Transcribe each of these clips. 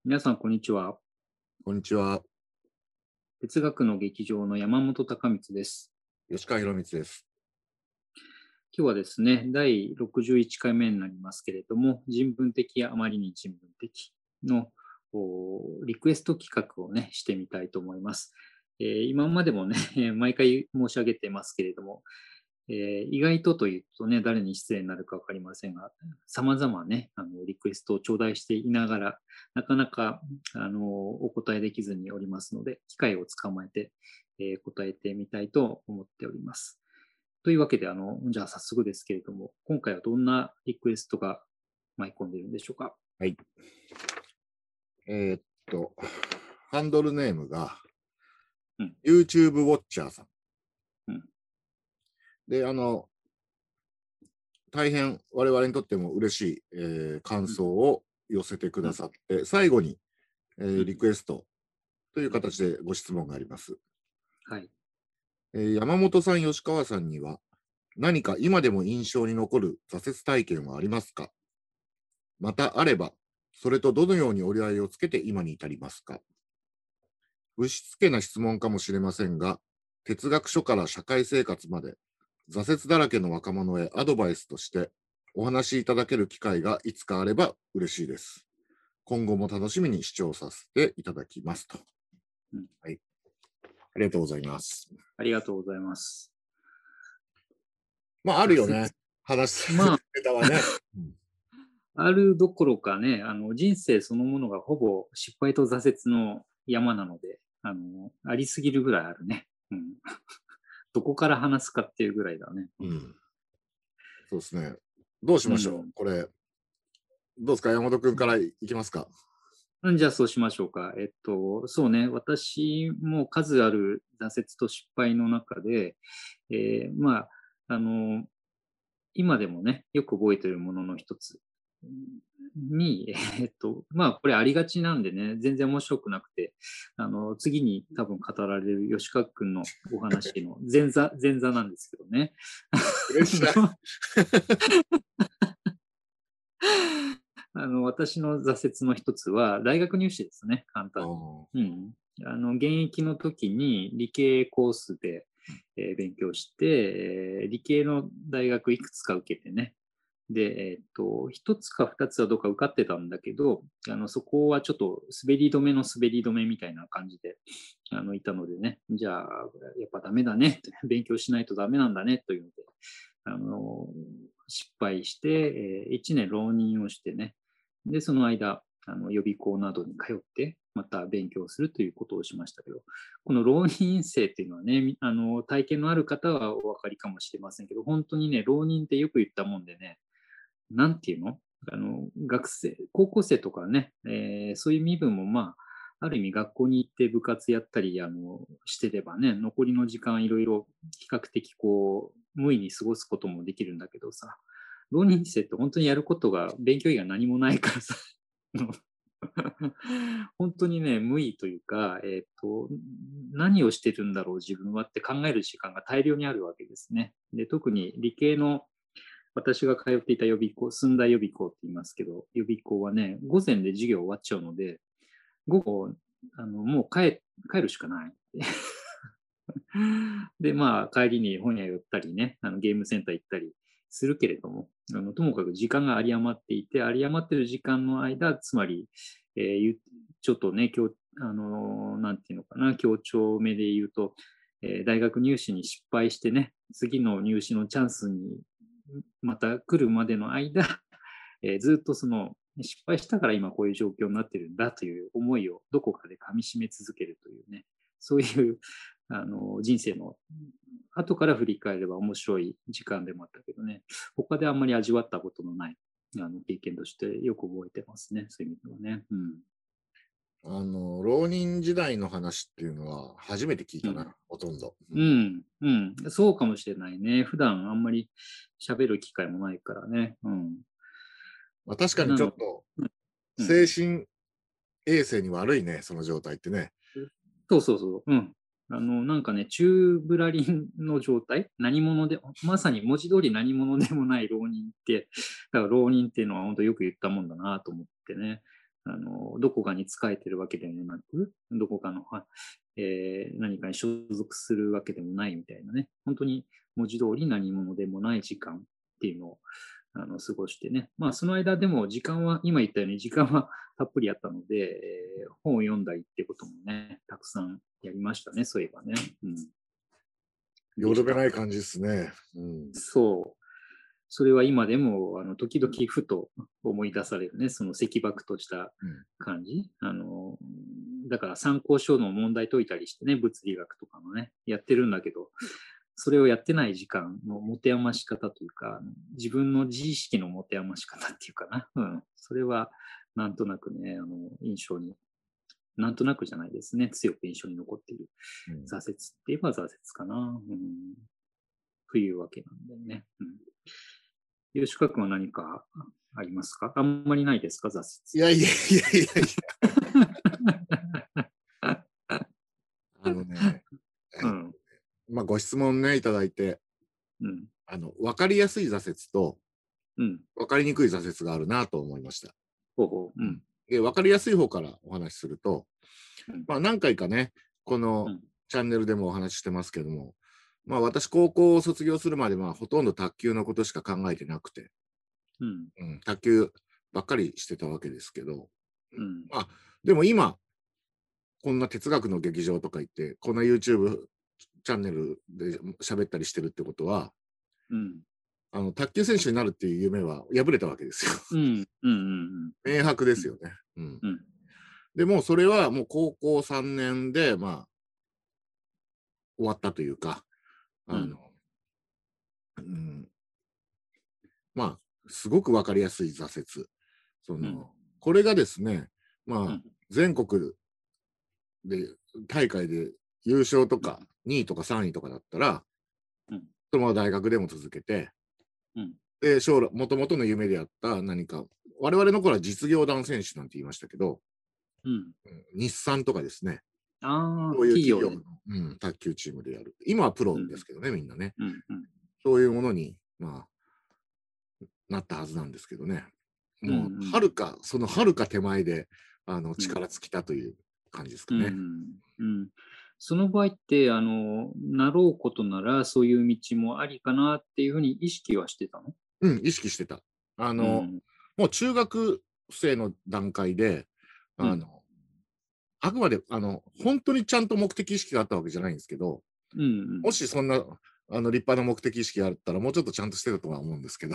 皆さん、こんにちは。 こんにちは。 哲学の劇場の山本隆光です。 吉川博光です。 今日はですね、第61回目になりますけれども、人文的あまりに人文的のリクエスト企画をね、してみたいと思います。今までもね、毎回申し上げてますけれども、意外というとね、誰に失礼になるか分かりませんが、様々ね、リクエストを頂戴していながら、なかなかお答えできずにおりますので、機会をつかまえて、答えてみたいと思っております。というわけで、じゃあ早速ですけれども、今回はどんなリクエストが舞い込んでいるんでしょうか。 はい。えーっと、ハンドルネームがうん、 YouTube ウォッチャーさん。 うん、 で、大変我々にとっても嬉しい、感うん、 想を寄せてくうん、 ださって、最後に、 うん、 リクエストといううん、 形でご質問があります。 はい。 山本さん、吉川さんには何か今でも印象に残る挫折体験はありますか？またあれば、それとどのように折り合いをつけて今に至りますか？ぶしつけな質問かもしれませんが、哲学書から社会生活まで、挫折だらけの若者へアドバイスとして、お話しいただける機会がいつかあれば嬉しいです。今後も楽しみに視聴させていただきますと。 うん、 はい。ありがとうございます。 ありがとうございます。 まあ、あるよ挫折。 ね。話すまあ、 ネタはね。うん。 あるどころかね、人生そのものがほぼ失敗と挫折の山なので、ありすぎるぐらいあるね。うん、どこから話すかっていうぐらいだね。 うん、そうですね。どうしましょう。 うん。 これ、どうですか、山本君からいきますか。 うん、じゃあそうしましょうか。そうね、私も数ある挫折と失敗の中で、まあ、あの、今でもね、よく覚えているものの一つに、まあ、これありがちなんでね、全然面白くなくて、次に多分語られる吉川君のお話の前座なんですけどね。 プレッシャー。 私の挫折の一つは、大学入試ですね、簡単に。 あうん。現役の時に理系コースで、勉強して、理系の大学いくつか受けてね。で、一つか二つはどっか受かってたんだけど、そこはちょっと滑り止めの滑り止めみたいな感じで、いたのでね、じゃあ、やっぱダメだね、勉強しないとダメなんだね、というので、あの、失敗して、1年浪人をしてね、で、その間、予備校などに通って、また勉強するということをしましたけど、この浪人生っていうのはね、体験のある方はお分かりかもしれませんけど、本当にね、浪人ってよく言ったもんでね、なんていうの学生、高校生とかね、そういう身分もまあ、ある意味学校に行って部活やったり、してればね、残りの時間いろいろ比較的こう、無意に過ごすこともできるんだけどさ、浪人生って本当にやることが勉強以外何もないからさ、本当にね、無意というか、何をしてるんだろう自分はって考える時間が大量にあるわけですね。で、特に理系の私が通っていた予備校、寸大予備校って言いますけど、予備校はね、午前で授業終わっちゃうので、午後、もう帰るしかない。で、まあ、帰りに本屋寄ったりね、ゲームセンター行ったりするけれども、ともかく時間が有り余っていて、有り余ってる時間の間、つまり、ちょっとね、なんていうのかな、強調目で言うと、大学入試に失敗してね、次の入試のチャンスにまた来るまでの間、ずっとその失敗したから今こういう状況になってるんだという思いをどこかで噛み締め続けるというね、そういう人生の後から振り返れば面白い時間でもあったけどね、他であんまり味わったことのない経験としてよく覚えてますね、そういう意味ではね。うん。 浪人時代の話っていうのは初めて聞いうん。 たな、ほとんど。うん。 うん。うん。そうかもしれないね。普段あんまり喋る機会もないからね。うん。 まあ、確かになので、 ちょっとうん。 精神衛生に悪いね、その状態ってね。 そうそうそう。うん。なんかね、宙ぶらりんの状態、何者で、まさに文字通り何者でもない浪人って、だから浪人っていうのは本当よく言ったもんだなと思ってね。 どこかに仕えてるわけでもなく、どこかの、何かに所属するわけでもないみたいなね、本当に文字通り何者でもない時間っていうのを過ごしてね、まあその間でも時間は、今言ったように時間はたっぷりあったので、本を読んだりってこともね、たくさんやりましたね、そういえばね。うん、 よるべない感じですね。 そう。それは今でも時々ふと思い出されるね、その赤漠とした感じ。だから参考書の問題解いたりしてね、物理学とかのね、やってるんだけど、それをやってない時間の持て余し方というか、自分の自意識の持て余し方っていうかな、それはなんとなくね、印象に、なんとなくじゃないですね、強く印象に残っている挫折って言えば挫折かな、というわけなんだよね。吉川君は何かありますか？あんまりないですか、挫折。 いやいやいやいやいや。まあ、ご質問ね、いただいて、分かりやすい挫折と、分かりにくい挫折があるなと思いました。で、分かりやすい方からお話しすると、まあ、何回かね、このチャンネルでもお話ししてますけども、まあ、私、高校を卒業するまではほとんど卓球のことしか考えてなくて、卓球ばっかりしてたわけですけど、まあ、でも今、こんな哲学の劇場とか行って、こんな YouTube チャンネルで喋ったりしてるってことは、卓球選手になるっていう夢は破れたわけですよ。明白ですよね。でもそれはもう高校3年で、まあ、終わったというか、まあ、すごく分かりやすい挫折。これがですね、まあ、全国で大会で優勝とか2位とか3位とかだったら、そのまま大学でも続けて、で、将来、もともとの夢であった何か、我々の頃は実業団選手なんて言いましたけど、日産とかですね、そういう企業の、卓球チームでやる。今はプロですけどね、みんなね。そういうものに、まあ、なったはずなんですけどね。もう、そのはるか手前で、力尽きたという感じですかね。 その場合って、なろうことなら、そういう道もありかなっていうふうに意識はしてたの？ 意識してた。もう中学生の段階で、あくまで、本当にちゃんと目的意識があったわけじゃないんですけど、もしそんな、立派な目的意識があったら、もうちょっとちゃんとしてたとは思うんですけど、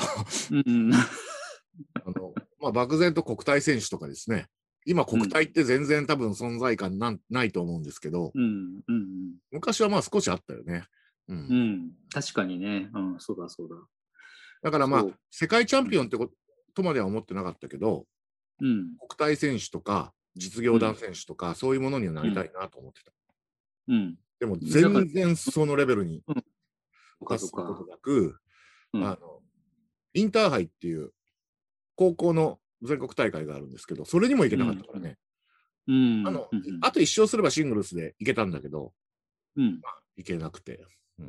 まあ、漠然と国体選手とかですね、今国体って全然多分存在感ないと思うんですけど、昔はまあ少しあったよね。 確かにね。そうだそうだ。 だからまあ、世界チャンピオンってことまでは思ってなかったけど、国体選手とか、実業団選手とか、そういうものにはなりたいなと思ってた。でも全然そのレベルに達することなく、インターハイっていう高校の全国大会があるんですけど、それにも行けなかったからね。あと1勝すればシングルスで行けたんだけど、まあ、行けなくて。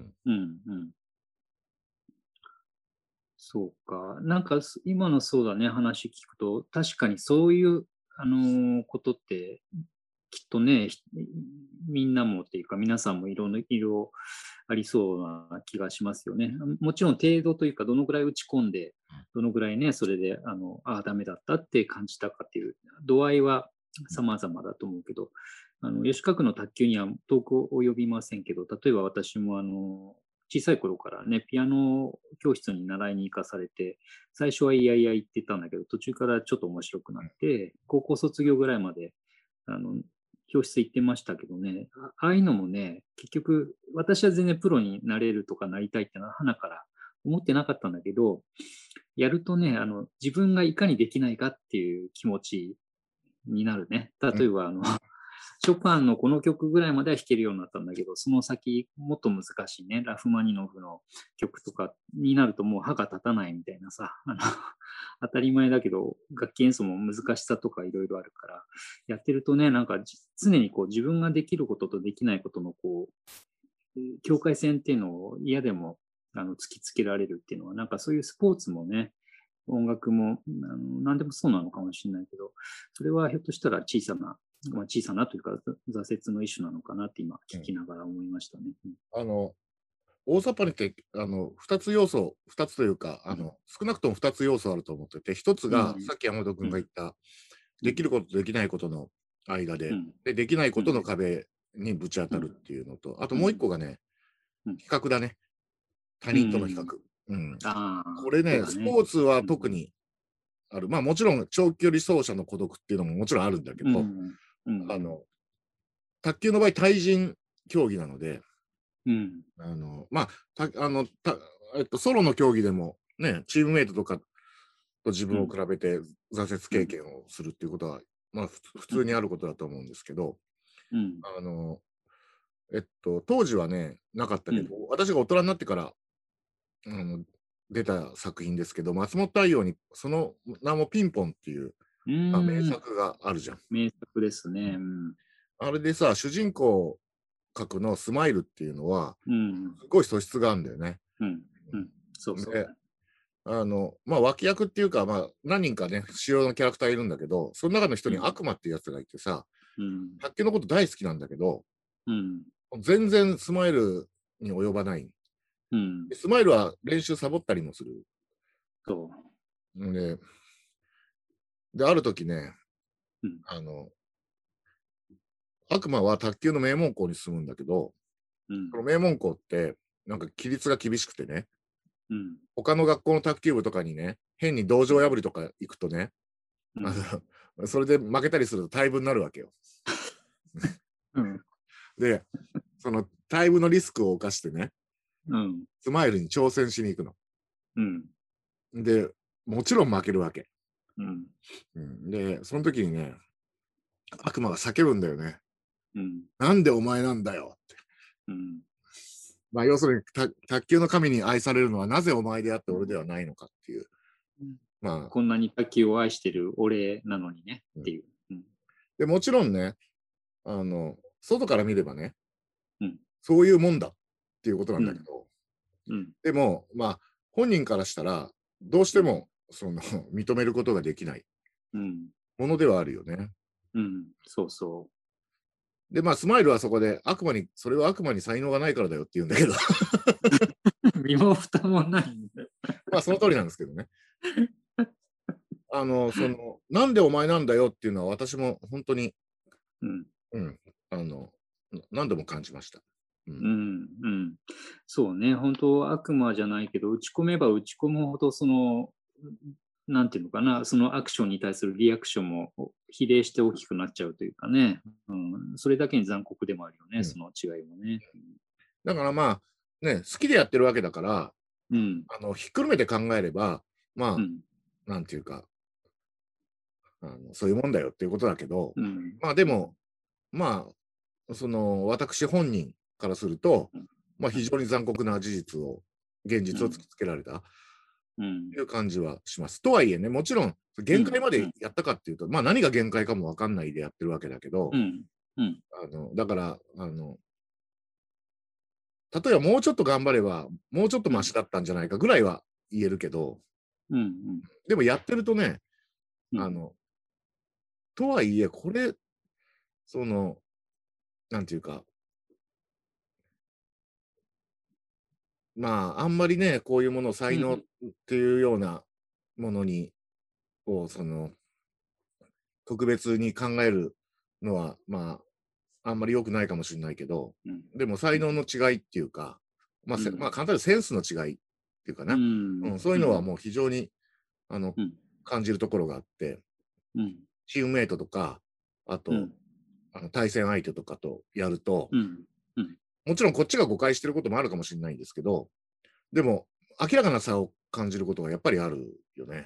そうか。なんか今のそうだね、話聞くと、確かにそういう、ことってきっとね、みんなもっていうか皆さんもいろありそうな気がしますよね。もちろん程度というか、どのぐらい打ち込んで、どのぐらいね、それで、ダメだったって感じたかっていう度合いは様々だと思うけど、吉川区の卓球には遠く及びませんけど、例えば私も小さい頃からね、ピアノ教室に習いに行かされて、最初はいやいや行ってたんだけど、途中からちょっと面白くなって、高校卒業ぐらいまで、教室行ってましたけどね、ああいうのもね、結局、私は全然プロになれるとかなりたいってのは、花から思ってなかったんだけど、やるとね、自分がいかにできないかっていう気持ちになるね。例えば、ショパンのこの曲ぐらいまでは弾けるようになったんだけど、その先、もっと難しいね、ラフマニノフの曲とかになるともう歯が立たないみたいなさ、当たり前だけど、楽器演奏も難しさとかいろいろあるから、やってるとね、なんか常にこう自分ができることとできないことのこう、境界線っていうのを嫌でも突きつけられるっていうのは、なんかそういうスポーツもね、 音楽も何でもそうなのかもしれないけど、それはひょっとしたら小さな、小さなというか挫折の一種なのかなって今聞きながら思いましたね。 あの、大雑把に言って、2つ要素、2つというか、少なくとも2つ要素あると思ってて、1つが、さっき山本君が言った、できることとできないことの間で、できないことの壁にぶち当たるっていうのと、あともう1個がね、比較だね。他人との比較。これね、スポーツは特にある。まあもちろん長距離走者の孤独っていうのももちろんあるんだけど、卓球の場合対人競技なので、まあ、ソロの競技でもね、チームメイトとかと自分を比べて挫折経験をするっていうことは、まあ普通にあることだと思うんですけど、当時はね、なかったけど、私が大人になってから出た作品ですけど、松本太陽にその名もピンポンっていう名作があるじゃん。 名作ですね。 あれでさ、主人公格のスマイルっていうのは、すごい素質があるんだよね。 そうそう。 で、まあ脇役っていうか、まあ何人かね、主要のキャラクターいるんだけど、その中の人に悪魔っていうやつがいてさ、卓球のこと大好きなんだけど、全然スマイルに及ばない。スマイルは練習サボったりもする。で、ある時ね、悪魔は卓球の名門校に進むんだけど、この名門校って、なんか規律が厳しくてね、他の学校の卓球部とかにね、変に道場破りとか行くとね、それで負けたりすると退部になるわけよ。で、その退部のリスクを冒してね、スマイルに挑戦しに行くの。で、もちろん負けるわけ。で、その時にね、悪魔が叫ぶんだよね。なんでお前なんだよって。まあ要するに卓球の神に愛されるのはなぜお前であって俺ではないのかっていう。 まあ、こんなに卓球を愛してる俺なのにねっていう。 でもちろんね、外から見ればね、そういうもんだっていうことなんだけど、でも、まあ、本人からしたら、どうしても認めることができないものではあるよね。 そうそう。 で、まあ、スマイルはそこでそれは悪魔に才能がないからだよって言うんだけど。 身も蓋もないんだよ。 まあ、その通りなんですけどね。なんでお前なんだよっていうのは私も本当に、何度も感じました。 そうね、本当悪魔じゃないけど、打ち込めば打ち込むほど、なんていうのかな、そのアクションに対するリアクションも比例して大きくなっちゃうというかね、それだけに残酷でもあるよね、その違いもね。 だからまあ、ね、好きでやってるわけだから、ひっくるめて考えれば、まあ、なんていうか、そういうもんだよっていうことだけど、まあでも、まあ、私本人からすると、まあ非常に残酷な現実を突きつけられたという感じはします。とはいえね、もちろん限界までやったかっていうと、まあ何が限界かも分かんないでやってるわけだけど、だから、例えばもうちょっと頑張れば、もうちょっとマシだったんじゃないかぐらいは言えるけど、でもやってるとね、とはいえ、これ、なんていうか、まあ、あんまりね、こういうものを才能っていうようなものに、特別に考えるのは、まあ、あんまり良くないかもしれないけど、でも才能の違いっていうか、まあ、簡単にセンスの違いっていうかな、そういうのはもう非常に、感じるところがあって、チームメイトとか、あと、対戦相手とかとやると、もちろんこっちが誤解してることもあるかもしれないんですけど、でも明らかな差を感じることがやっぱりあるよね。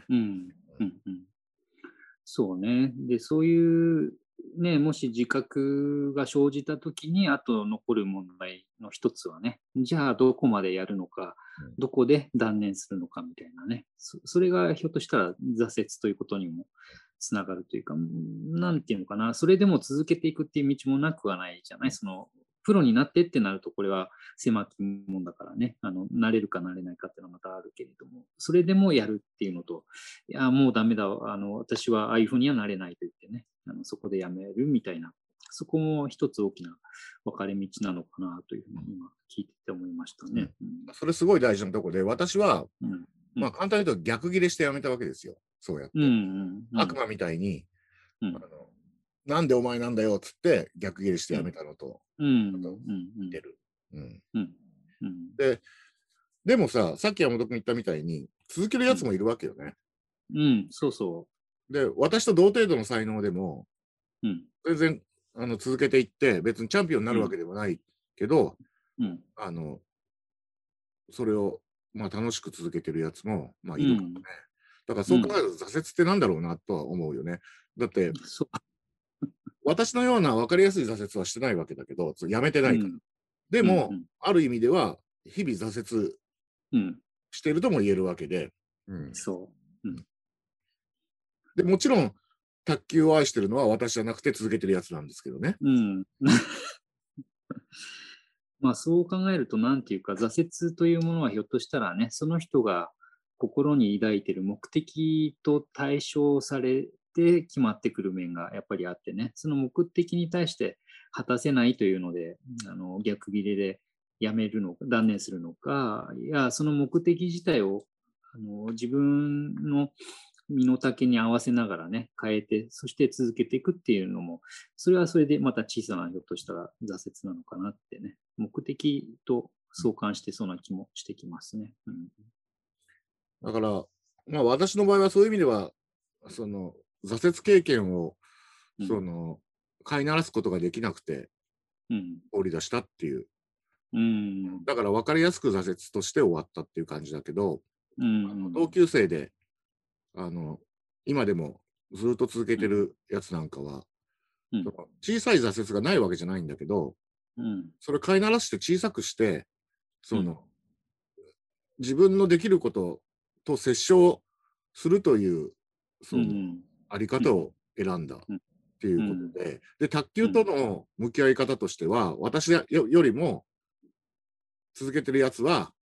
そうね。で、そういうね、もし自覚が生じたときに、あと残る問題の一つはね、じゃあどこまでやるのか、どこで断念するのかみたいなね、それがひょっとしたら挫折ということにもつながるというか、なんていうのかな、それでも続けていくっていう道もなくはないじゃない、 プロになってってなると、これは狭きもんだからね、なれるかなれないかっていうのはまたあるけれども、それでもやるっていうのと、いや、もうダメだ、私はああいうふうにはなれないと言ってね、そこでやめるみたいな、そこも一つ大きな分かれ道なのかなというふうに今聞いてて思いましたね。 それすごい大事なところで、私は、 うんまあ簡単に言うと逆ギレしてやめたわけですよ。そうやって。悪魔みたいに、なんでお前なんだよっつって逆ギレしてやめたのと、似てる。でもさ、さっき山本君言ったみたいに、続けるやつもいるわけよね。 そうそう。 で、私と同程度の才能でも、全然続けていって、別にチャンピオンになるわけでもないけど、それを、まあ、楽しく続けてるやつも、まあ、いるからね。だからそう考えると挫折ってなんだろうなとは思うよね。だって、私のような分かりやすい挫折はしてないわけだけど、やめてないから。でも、ある意味では、日々挫折してるとも言えるわけで。で、もちろん、卓球を愛してるのは私じゃなくて続けてるやつなんですけどね。 まあそう考えると、なんていうか、挫折というものはひょっとしたらね、その人が心に抱いている目的と対象されて決まってくる面がやっぱりあってね、その目的に対して果たせないというので、逆ギレでやめるのか、断念するのか、いや、その目的自体を自分の身の丈に合わせながらね、変えて、そして続けていくっていうのも、それはそれでまた小さなひょっとしたら挫折なのかなってね、目的と相関してそうな気もしてきますね。 だから、まあ私の場合はそういう意味では、その挫折経験を、飼いならすことができなくて、放り出したっていう。だから分かりやすく挫折として終わったっていう感じだけど、同級生で、今でもずっと続けてるやつなんかは、小さい挫折がないわけじゃないんだけど、それ飼いならして小さくして、自分のできることと折衝するという、あり方を選んだっていうことで、で、卓球との向き合い方としては、私よりも続けてるやつは、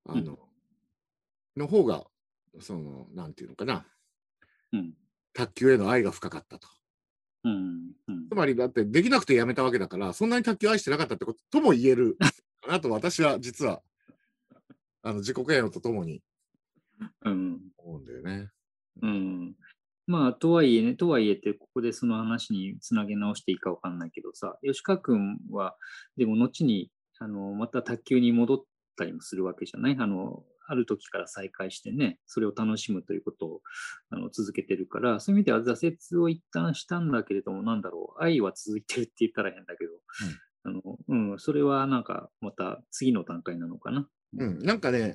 の方が、なんていうのかな、卓球への愛が深かったと。つまり、だってできなくてやめたわけだから、そんなに卓球愛してなかったってこととも言えるかなと、私は実は、自己嫌悪とともに思うんだよね。 まあ、とはいえって、ここでその話につなげ直していいかわかんないけどさ、吉川君は、でも後に、また卓球に戻ったりもするわけじゃない？ある時から再開してね、それを楽しむということを続けてるから、そういう意味では挫折を一旦したんだけれども、なんだろう、愛は続いてるって言ったら変だけど、それはなんかまた次の段階なのかな。 なんかね、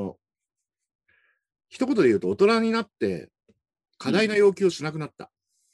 一言で言うと、大人になって、過大な要求をしなくなった。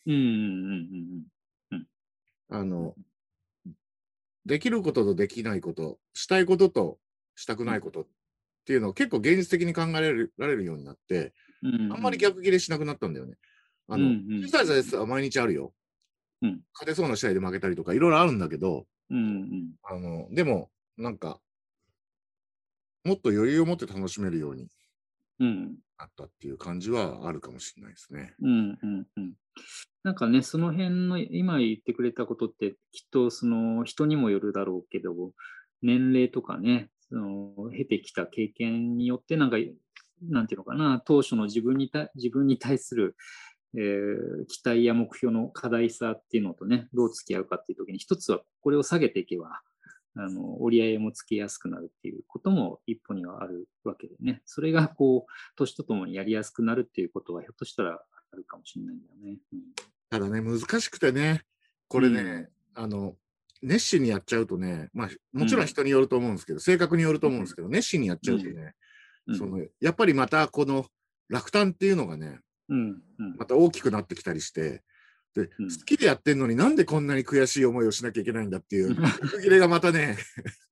できることとできないこと、したいこととしたくないことっていうのを結構現実的に考えられるようになって、あんまり逆ギレしなくなったんだよね。小さい挫折は毎日あるよ。勝てそうな試合で負けたりとか、いろいろあるんだけど、でも、なんか、もっと余裕を持って楽しめるようになったっていう感じはあるかもしれないですね。 なんかね、その辺の今言ってくれたことってきっとその人にもよるだろうけど、年齢とかね、経てきた経験によってなんていうのかな、当初の自分に対する、期待や目標の課題さっていうのとね、どう付き合うかっていう時に一つはこれを下げていけば、折り合いもつけやすくなるっていうことも一歩にはあるわけでね、それがこう、年とともにやりやすくなるっていうことはひょっとしたらあるかもしれないんだよね。 ただね、難しくてね、これね、熱心にやっちゃうとね、まあ、もちろん人によると思うんですけど、性格によると思うんですけど、熱心にやっちゃうとね、やっぱりまたこの落胆っていうのがね、また大きくなってきたりして、で、好きでやってんのになんでこんなに悔しい思いをしなきゃいけないんだっていう、逆切れがまたね、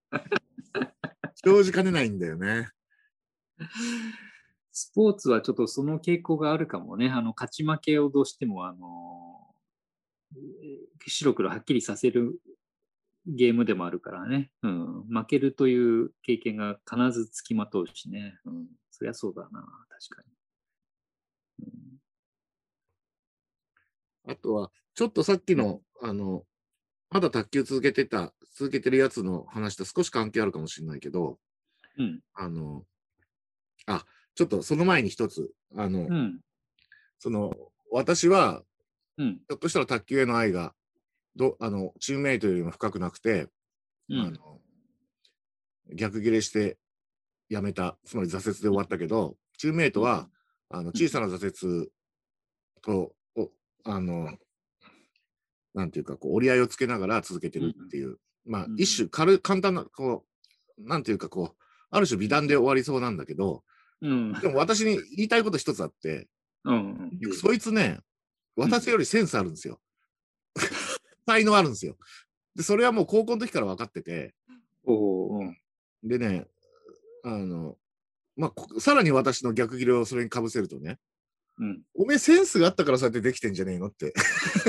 生じかねないんだよね。 スポーツはちょっとその傾向があるかもね。勝ち負けをどうしても、白黒はっきりさせるゲームでもあるからね、負けるという経験が必ずつきまとうしね、そりゃそうだな、確かに。 あとは、ちょっとさっきの、まだ卓球続けてるやつの話と少し関係あるかもしれないけど、 うん。 ちょっとその前に一つ、 うん。 私は、 うん。 ひょっとしたら卓球への愛が、チームメイトよりも深くなくて、 うん。 逆ギレして辞めた、つまり挫折で終わったけど、チームメイトは、小さな挫折と、なんていうか、こう、折り合いをつけながら続けてるっていう、一種簡単な、こう、なんていうか、こう、ある種美談で終わりそうなんだけど、でも私に言いたいこと一つあって、そいつね、私よりセンスあるんですよ。才能あるんですよ。で、それはもう高校の時から分かってて、でね、さらに私の逆ギレをそれにかぶせるとね、おめえセンスがあったからそうやってできてんじゃねえのって。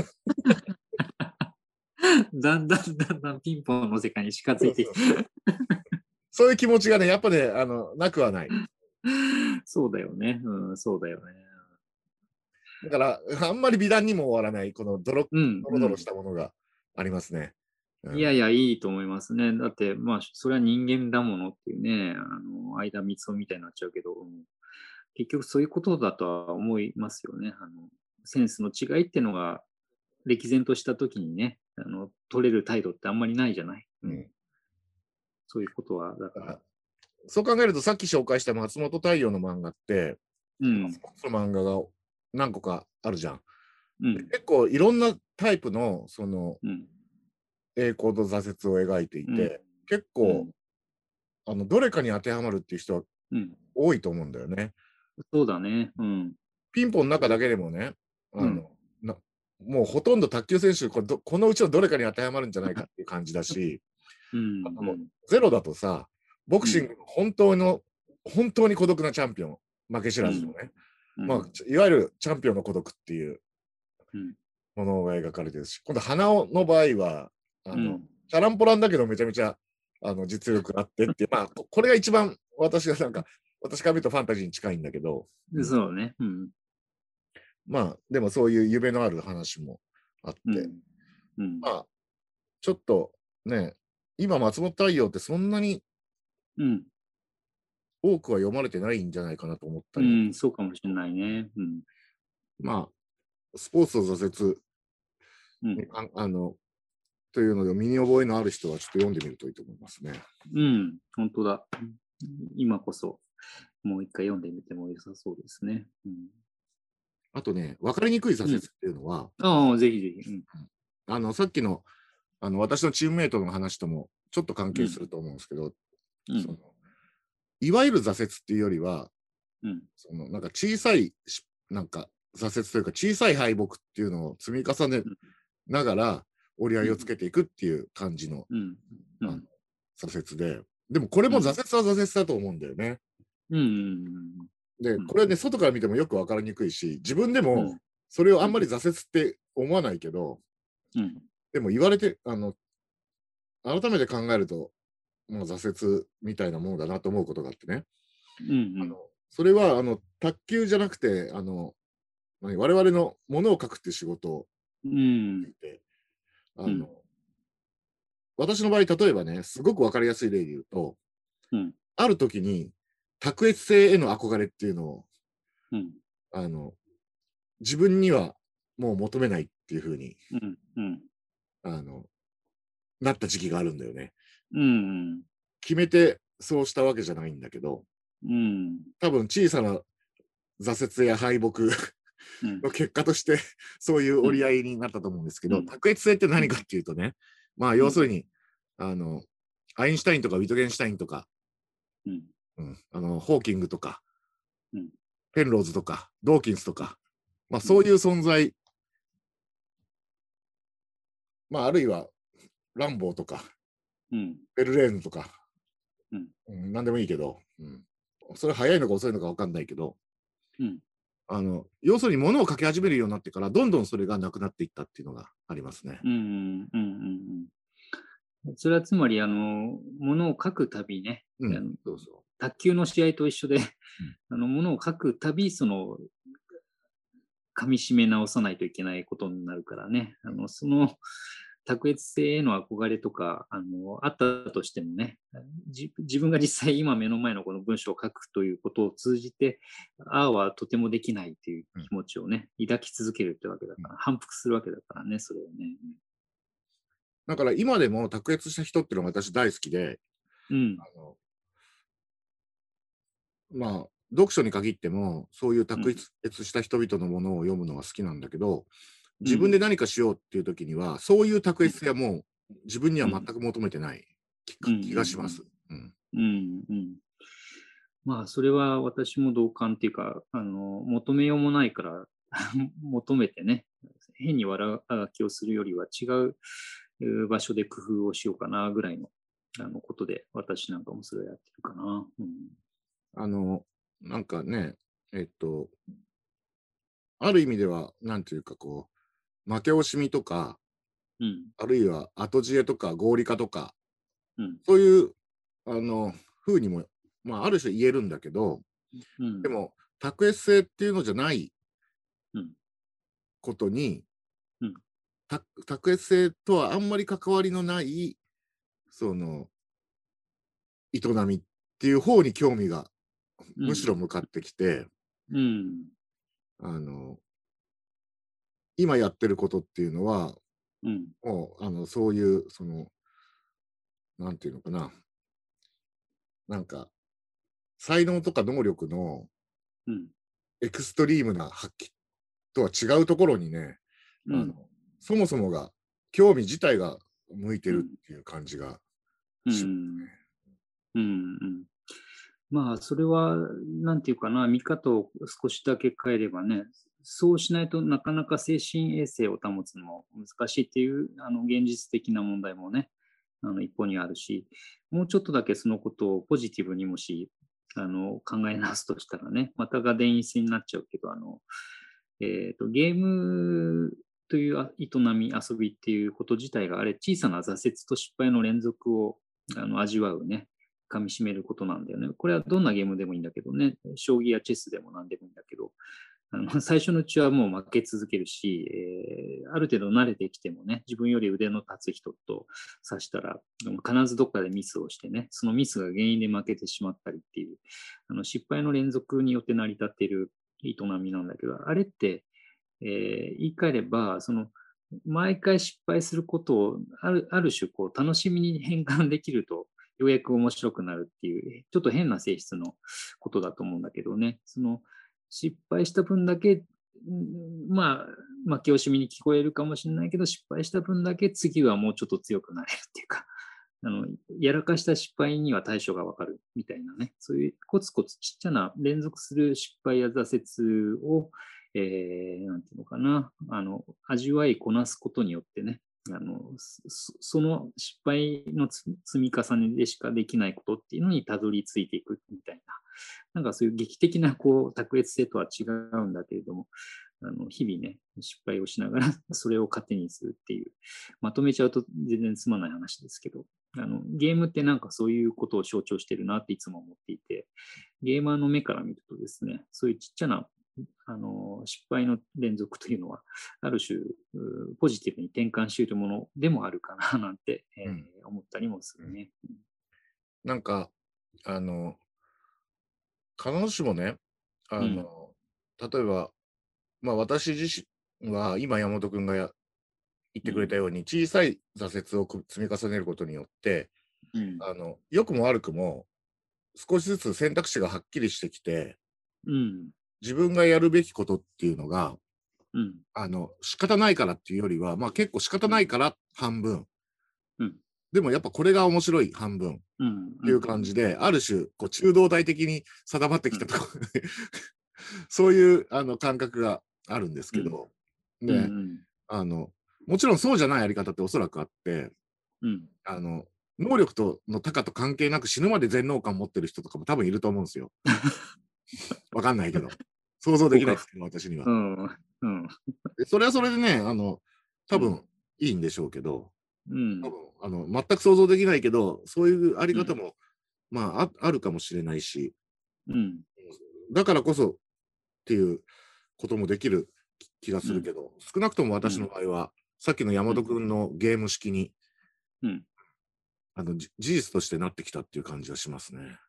だんだんピンポンの世界に近づいてそういう気持ちがね、やっぱね、なくはない。 そうだよね。そうだよね。 だから、あんまり美談にも終わらない、このドロドロしたものがありますね。 いやいや、いいと思いますね。だって、それは人間だものっていうね、間三つみたいになっちゃうけど、結局そういうことだとは思いますよね。センスの違いっていうのが、歴然としたときにね、取れる態度ってあんまりないじゃない。そういうことは、だから。 そう考えると、さっき紹介した松本太陽の漫画って、その漫画が何個かあるじゃん。結構いろんなタイプの、栄光と挫折を描いていて、結構、どれかに当てはまるっていう人は多いと思うんだよね。 そうだね。 ピンポンの中だけでもね、もうほとんど卓球選手、このうちのどれかに当てはまるんじゃないかっていう感じだし、ゼロだとさ、ボクシングの本当に孤独なチャンピオン、負け知らずのね、いわゆるチャンピオンの孤独っていうものが描かれてるし、今度、花尾の場合は、チャランポランだけどめちゃめちゃ実力があってっていう、これが一番私から見るとファンタジーに近いんだけど、 そうね。 でもそういう夢のある話もあって、ちょっとね、今、松本太陽ってそんなに多くは読まれてないんじゃないかなと思ったり。 そうかもしれないね。 スポーツの挫折、というので、身に覚えのある人はちょっと読んでみるといいと思いますね。 本当だ。今こそ、もう一回読んでみても良さそうですね。 あとね、分かりにくい挫折っていうのは、 ぜひぜひ。 さっきの私のチームメイトの話ともちょっと関係すると思うんですけど、いわゆる挫折っていうよりは、なんか小さいなんか挫折というか小さい敗北っていうのを積み重ねながら折り合いをつけていくっていう感じの挫折で、でもこれも挫折は挫折だと思うんだよね。で、これね、外から見てもよく分かりにくいし、自分でもそれをあんまり挫折って思わないけど、でも言われて、改めて考えると、挫折みたいなものだなと思うことがあってね。それは、卓球じゃなくて、我々のものを書くって仕事をしていて、私の場合、例えばね、すごく分かりやすい例で言うと、ある時に、卓越性への憧れっていうのを、自分にはもう求めないっていうふうに、なった時期があるんだよね。決めてそうしたわけじゃないんだけど、多分小さな挫折や敗北の結果としてそういう折り合いになったと思うんですけど、卓越性って何かっていうとね、要するにアインシュタインとかウィトゲンシュタインとか、ホーキングとか、ペンローズとかドーキンスとか、そういう存在、あるいはランボーとか、ベルレーヌとか、何でもいいけど、それ早いのか遅いのか分かんないけど、要するに物を書き始めるようになってからどんどんそれがなくなっていったっていうのがありますね。 それはつまり、ものを書くたびね、 そうそ卓球の試合と一緒で、 う。 ものを書くたび、噛み締め直さないといけないことになるからね、その卓越性への憧れとか、あったとしてもね、自分が実際今目の前のこの文章を書くということを通じて、ああはとてもできないという気持ちをね、抱き続けるってわけだから、反復するわけだからね、それをね。 だから今でも卓越した人っていうのが私大好きで、 うん、 あのまあ、読書に限っても、そういう卓うん、 越した人々のものを読むのが好きなんだけど、自分でうん、 何かしようっていう時には、そういう卓越性はもう自分には全うん、 く求めてないうん、 気がします。うん。 うん、うん。まあ、それは私も同感っていうか、求めようもないから求めてね、変に悪あがきをするよりは違う場所で工夫をしようかなぐらいのことで、私なんかもそれをやってるかな。うん。 あの、なんかね、えっと、ある意味では、なんていうかこう、負け惜しみとか、 うん。 あるいは後知恵とか合理化とか、 うん。 そういう、風にも、まあ、ある種言えるんだけど、 うん。 でも、卓越性っていうのじゃないうん。 ことに、 うん。 卓越性とはあんまり関わりのない、その、営みっていう方に興味がむしうん。 ろ向かってきて、 うん。 あの、今やってることっていうのは、 うん。 もう、そういう、なんていうのかな、なんか、才能とか能力のうん。 エクストリームな発揮とは違うところにね、あの、 うん。 そもそもが、興味自体が向いてうん。 るっていう感じがうします。 ん。うん。まあ、それは、なんていうかな、見方を少しだけ変えればね、そうしないとなかなか精神衛生を保つのも難しいっていう、現実的な問題もね、一方にあるし、もうちょっとだけそのことをポジティブにもし、考え直すとしたらね、またが電位戦になっちゃうけど、ゲームという営み、遊びっていうこと自体が、あれ、小さな挫折と失敗の連続を味わうね、噛み締めることなんだよね。これはどんなゲームでもいいんだけどね、将棋やチェスでも何でもいいんだけど、最初のうちはもう負け続けるし、ある程度慣れてきてもね、自分より腕の立つ人と指したら、必ずどっかでミスをしてね、そのミスが原因で負けてしまったりっていう、失敗の連続によって成り立っている営みなんだけど、あれって、言い換えれば、毎回失敗することをある種こう楽しみに変換できると、ようやく面白くなるっていう、ちょっと変な性質のことだと思うんだけどね、失敗した分だけ、まあ、負け惜しみに聞こえるかもしれないけど、失敗した分だけ次はもうちょっと強くなれるっていうか、あのやらかした失敗には対処がわかるみたいなね、そういうコツコツちっちゃな連続する失敗や挫折を、なんていうのかな、味わいこなすことによってね、その失敗の積み重ねでしかできないことっていうのにたどり着いていくみたいな、なんかそういう劇的なこう卓越性とは違うんだけれども、日々ね、失敗をしながらそれを糧にするっていう、まとめちゃうと全然つまんない話ですけど、ゲームってなんかそういうことを象徴してるなっていつも思っていて、ゲーマーの目から見るとですね、そういうちっちゃな失敗の連続というのは、ある種、ポジティブに転換しているものでもあるかななんて、 うん。 思ったりもするね。 なんか、あの、必ずしもね、 うん。 例えば、まあ、私自身は今山本君が言ってくれうん。 たように、小さい挫折を積み重ねることによって、 うん。 良くも悪くも少しずつ選択肢がはっきりしてきて、 うん。 自分がやるべきことっていうのが、 うん。 仕方ないからっていうよりは、まあ結構仕方うん。 ないから半分、 うん。 でもやっぱこれが面白い半分っうん。 ていう感じで、ある種、こう中道体的に定まってきたところで、そういう感覚があるんですうん。 けど、 うん。うで、 ん。 あの、もちろんそうじゃないやり方っておそらくあって、 うん。 あの、能力の高と関係なく死ぬまで全能感持ってる人とかも多分いると思うんですよ。わかんないけど。想像で効果。 きないですけど、私には。 うん。うん。 でそれはそれでね、多うん。 分いいんでしょうけど、 うん。 多分全く想像できないけど、そういうあり方も、あるかもしれないし、だからこそっていうこともできる気がするけど、少なくとも私の場合は、さっきの山本君のゲーム式に、事実としてなってきたっていう感じはしますね。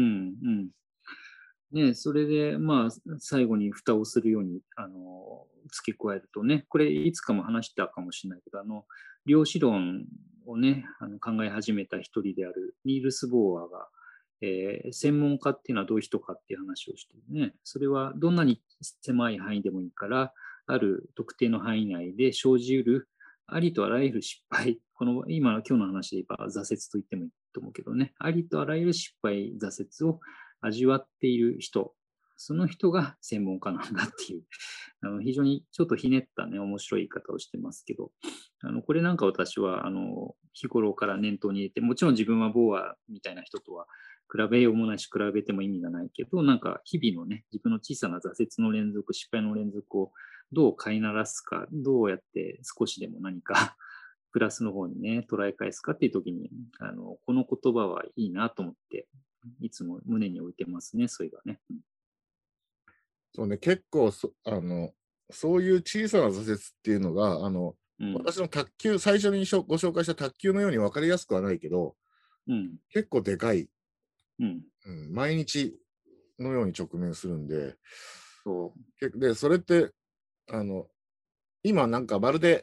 ね、それで、最後に蓋をするように、付け加えるとね、これ、いつかも話したかもしれないけど、量子論をね、考え始めた一人であるニールス・ボーアが、専門家っていうのはどういう人かっていう話をしてね、それはどんなに狭い範囲でもいいから、ある特定の範囲内で生じうるありとあらゆる失敗、今日の話で言えば挫折と言ってもいいと思うけどね、ありとあらゆる失敗、挫折を味わっている人、その人が専門家なんだっていう、非常にちょっとひねったね、面白い言い方をしてますけど、これなんか私は、日頃から念頭に入れて、もちろん自分はボーアみたいな人とは比べようもないし、比べても意味がないけど、なんか日々のね、自分の小さな挫折の連続、失敗の連続をどう飼いならすか、どうやって少しでも何かプラスの方にね、捉え返すかっていう時に、この言葉はいいなと思って、いつも胸に置いてますね、そういえばね。 そうね、結構そういう小さな挫折っていうのが、私の卓球、最初にご紹介した卓球のように分かりやすくはないけど、結構でかい、毎日のように直面するんで、で、それって、今なんかまるで、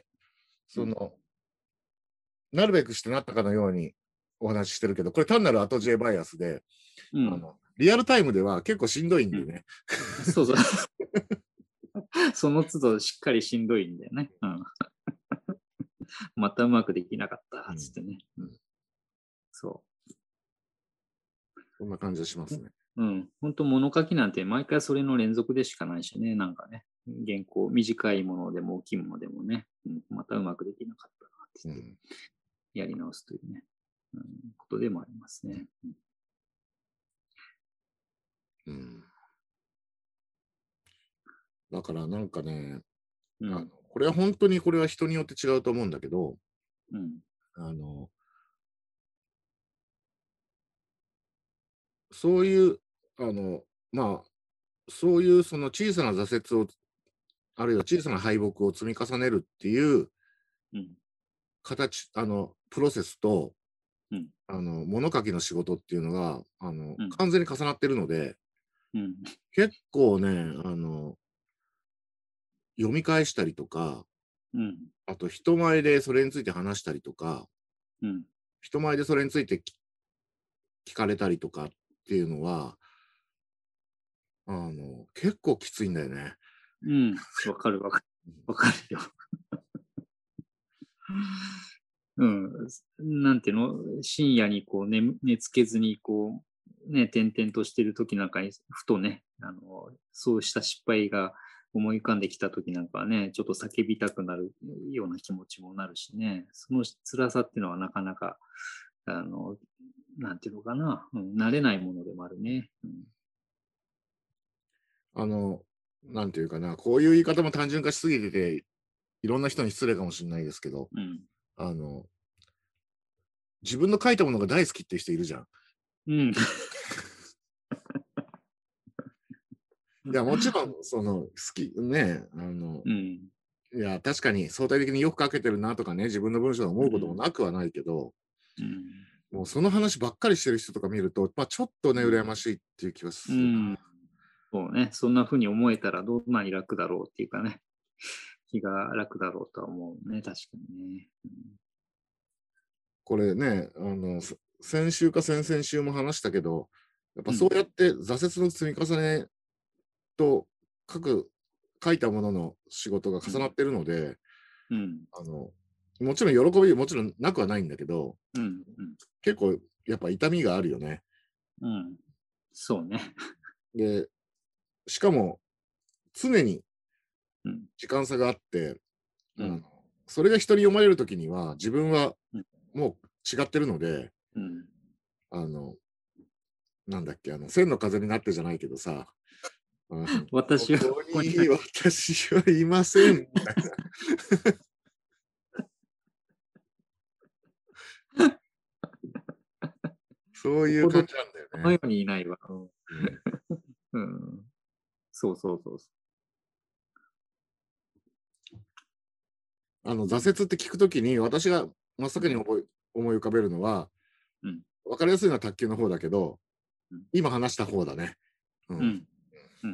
なるべくしてなったかのようにお話ししてるけど、これ単なる後知恵バイアスで、リアルタイムでは結構しんどいんでね。 そうそう。その都度しっかりしんどいんだよね。またうまくできなかったつってね。そんな感じがしますね。 本当物書きなんて毎回それの連続でしかないしね、なんかね、原稿、短いものでも大きいものでもね、またうまくできなかったなってやり直すというね、ことでもありますね。 だからなんかね、これは本当にこれは人によって違うと思うんだけど、そういう、そういうその小さな挫折を、あるいは小さな敗北を積み重ねるっていう形、プロセスと、物書きの仕事っていうのが、完全に重なってるので、結構ね、読み返したりとか、あと人前でそれについて話したりとか、人前でそれについて聞かれたりとかっていうのは、結構きついんだよね。 わかるよ。なんていうの、深夜にこう寝つけずにこう、ね、転々としてる時なんかに、ふとね、そうした失敗が思い浮かんできた時なんかはね、ちょっと叫びたくなるような気持ちもなるしね、その辛さっていうのはなかなか、なんていうのかな、慣れないものでもあるね。 なんていうかな、こういう言い方も単純化しすぎてて、いろんな人に失礼かもしれないですけど、自分の書いたものが大好きっていう人いるじゃん。いや、もちろん、好き、ね、いや、確かに相対的によく書けてるなとかね、自分の文章を思うこともなくはないけど、もうその話ばっかりしてる人とか見ると、ちょっとね、羨ましいっていう気はするな。 そうね、そんな風に思えたらどんなに楽だろうっていうかね、気が楽だろうとは思うね、確かにね。 これね、先週か先々週も話したけど、やっぱそうやって挫折の積み重ねと書いたものの仕事が重なってるので、もちろん喜びもちろんなくはないんだけど、結構やっぱ痛みがあるよね。 そうね。 で、しかも常に時間差があって、それが人に読まれるときには自分はもう違ってるので、なんだっけ、千の風になってじゃないけどさ、 私はここに私はいませんみたいな。 そういう感じなんだよね。 このようにいないわ。うん。そうそうそうそ挫折って聞くときに、私が真っ先に思い浮かべるのは、 う。うん。 分かりやすいのは卓球の方だけど、 うん。 今話した方だね。 うん。うん。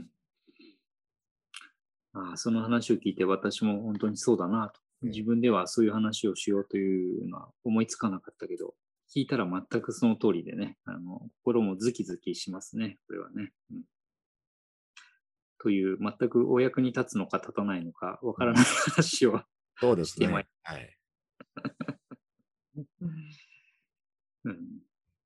ああ、その話を聞いて私も本当にそうだなと。自分ではそういう話をしようというのは思いつかなかったけど、聞いたら全くその通りでね、心もズキズキしますね、これはね。という、全くお役に立つのか立たないのかわからない話をそうですしてまいね。はい。 うん。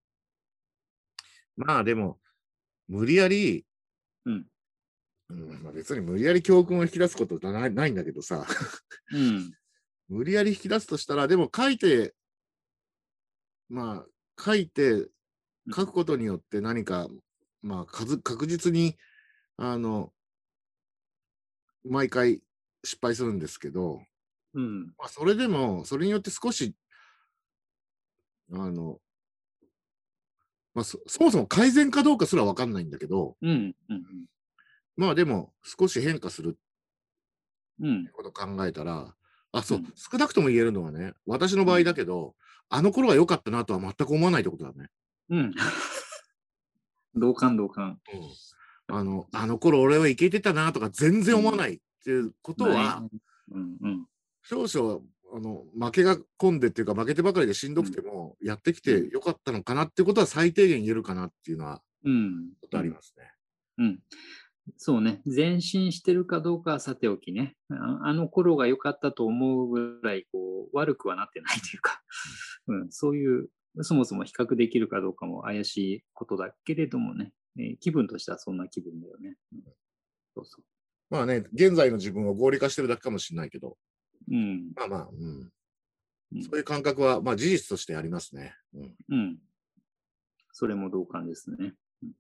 まあでも、無理やり、 うん。 まあ、別に無理やり教訓を引き出すことじゃないんだけどさ、 うん。 無理やり引き出すとしたら、でも書いて、まあ、書くことによって何か、まあ、確実に、あの、毎回失敗するんですけど、 うん。 まあ、それでも、それによって少し、あの、まあ、そもそも改善かどうかすらわかんないんだけど、 うん。うん。 まあでも、少し変化するってうん。 ことを考えたら、あ、そう、 うん。 少なくとも言えるのはね、私の場合うん。 だけど、あの頃は良かったなとは全く思わないってことだね。 うん。同感、同感。 うん。あの頃俺はいけてたなとか全然うん。 思わないっていうことない。 は、 うん。うん。 少々、負けが込んでっていうか、負けてばかりでしんどくうん。 ても、やってきうん。 てよかったのかなっていうことは最低限言えるかなっていうのは、 うん。 ちょっとありますね。 うん。そうね。前進してるかどうかはさておきね。あの頃が良かったと思うぐらい、こう、悪くはなってないというか、そういう、そもそも比較できるかどうかも怪しいことだけれどもね、気分としてはそんな気分だよね。そうそう。 まあね、現在の自分を合理化してるだけかもしれないけど、 うん。 まあまあ、 うん。 そういう感覚は、まあ事実としてありますね。 うん。それも同感ですね。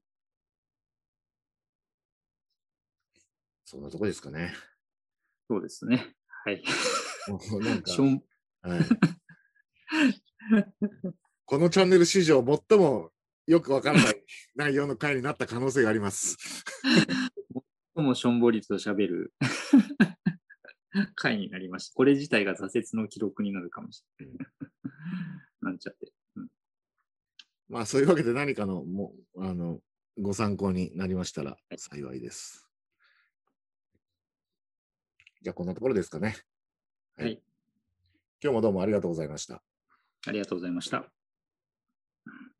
そんなとこですかね。 そうですね。はい。 もうなんか、 しょんはい。このチャンネル史上最もよくわからない内容の回になった可能性があります。 最もしょんぼりと喋る回になりました。これ自体が挫折の記録になるかもしれない。なんちゃって。 まあそういうわけで何かのご参考になりましたら幸いです。じゃあこんなところですかね。はい。 はい。 今日もどうもありがとうございました。 ありがとうございました。